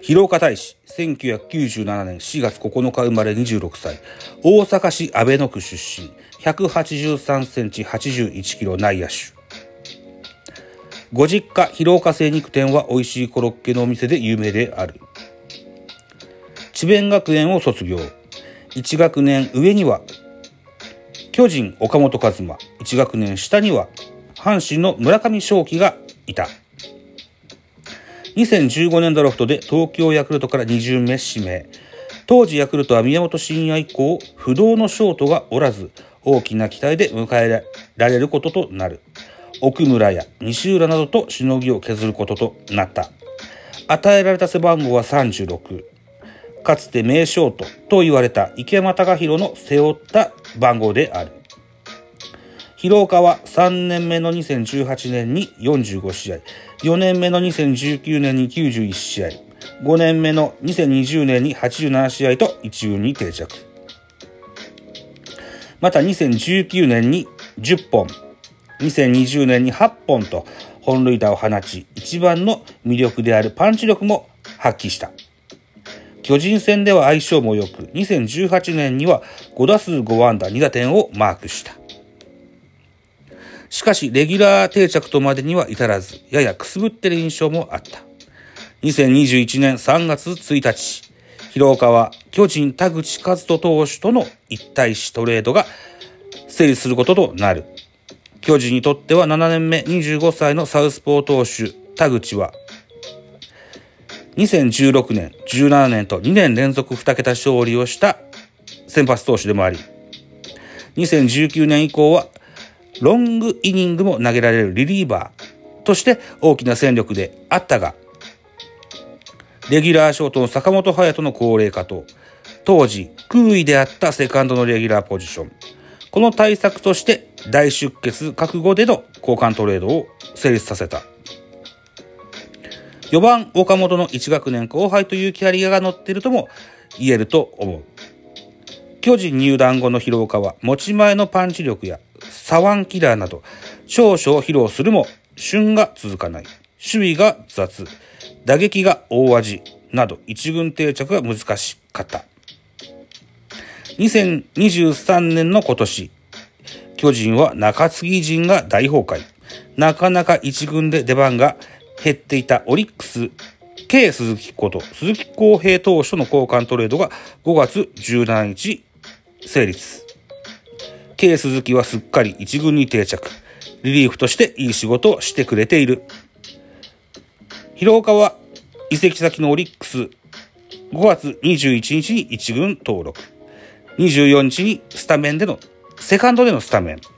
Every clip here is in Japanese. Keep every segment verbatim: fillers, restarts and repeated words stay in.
広岡大志、せんきゅうひゃくきゅうじゅうななねんしがつここのか生まれにじゅうろくさい、大阪市阿倍野区出身、ひゃくはちじゅうさんセンチ、はちじゅういちキロ内野手。ご実家広岡精肉店は美味しいコロッケのお店で有名である。智弁学園を卒業。いち学年上には巨人岡本和真、いち学年下には阪神の村上頌樹がいた。にせんじゅうごねんドラフトで東京ヤクルトからに巡目指名。当時ヤクルトは宮本慎也以降不動のショートがおらず、大きな期待で迎えられることとなる。奥村や西浦などとしのぎを削ることとなった。与えられた背番号はさんじゅうろく。かつて名ショートと言われた池山隆弘の背負った番号である。広岡はさんねんめのにせんじゅうはちねんによんじゅうごしあい、よねんめのにせんじゅうきゅうねんにきゅうじゅういちしあい、ごねんめのにせんにじゅうねんにはちじゅうななしあいと一軍に定着。またにせんじゅうきゅうねんにじゅっぽん、にせんにじゅうねんにはっぽんと本塁打を放ち、一番の魅力であるパンチ力も発揮した。巨人戦では相性も良く、にせんじゅうはちねんにはごだすうごあんだにだてんをマークした。しかしレギュラー定着とまでには至らず、ややくすぶっている印象もあった。にせんにじゅういちねんさんがつついたち、広岡は巨人田口和人投手との一対一トレードが成立することとなる。巨人にとってはななねんめ、にじゅうごさいのサウスポー投手田口はにせんじゅうろくねん、じゅうななねんとにねん連続に桁勝利をした先発投手でもあり、にせんじゅうきゅうねん以降はロングイニングも投げられるリリーバーとして大きな戦力であったが、レギュラーショートの坂本勇人の高齢化と、当時空位であったセカンドのレギュラーポジション、この対策として大出血覚悟での交換トレードを成立させた。よばん岡本のいち学年後輩というキャリアが乗っているとも言えると思う。巨人入団後の広岡は持ち前のパンチ力や左腕キラーなど長所を披露するも旬が続かない、守備が雑、打撃が大味など一軍定着が難しかった。にせんにじゅうさんねんの今年、巨人は中継ぎ陣が大崩壊。なかなか一軍で出番が減っていたオリックス K 鈴木こと鈴木康平投手との交換トレードがごがつじゅうしちにち成立。 K 鈴木はすっかり一軍に定着。リリーフとしていい仕事をしてくれている。広岡は移籍先のオリックスごがつにじゅういちにちに一軍登録、にじゅうよっかにちにスタメンでのセカンドでのスタメン。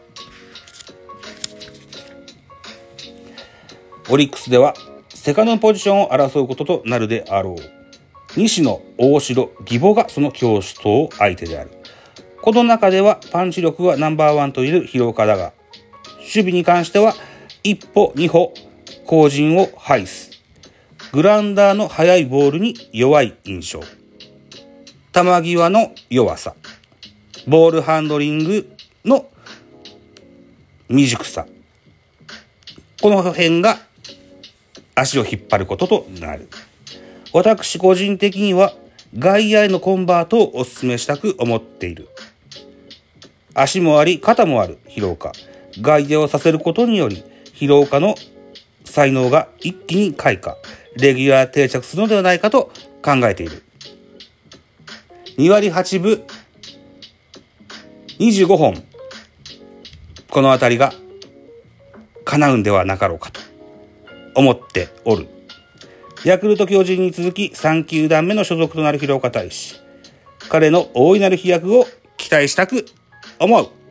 オリックスではセカンドのポジションを争うこととなるであろう。西野、大城、義母がその競争相手である。この中ではパンチ力はナンバーワンといる広岡だが、守備に関しては一歩二歩後陣を排す。グラウンダーの速いボールに弱い印象。球際の弱さ。ボールハンドリングの未熟さ。この辺が足を引っ張ることとなる。私個人的には外野へのコンバートをお勧めしたく思っている。足もあり肩もある広岡。外野をさせることにより広岡の才能が一気に開花、レギュラー定着するのではないかと考えている。にわりはちぶにじゅうごほん、このあたりが叶うんではなかろうかと思っておる。ヤクルト巨人に続きさんきゅうだんめの所属となる広岡大志、彼の大いなる飛躍を期待したく思う。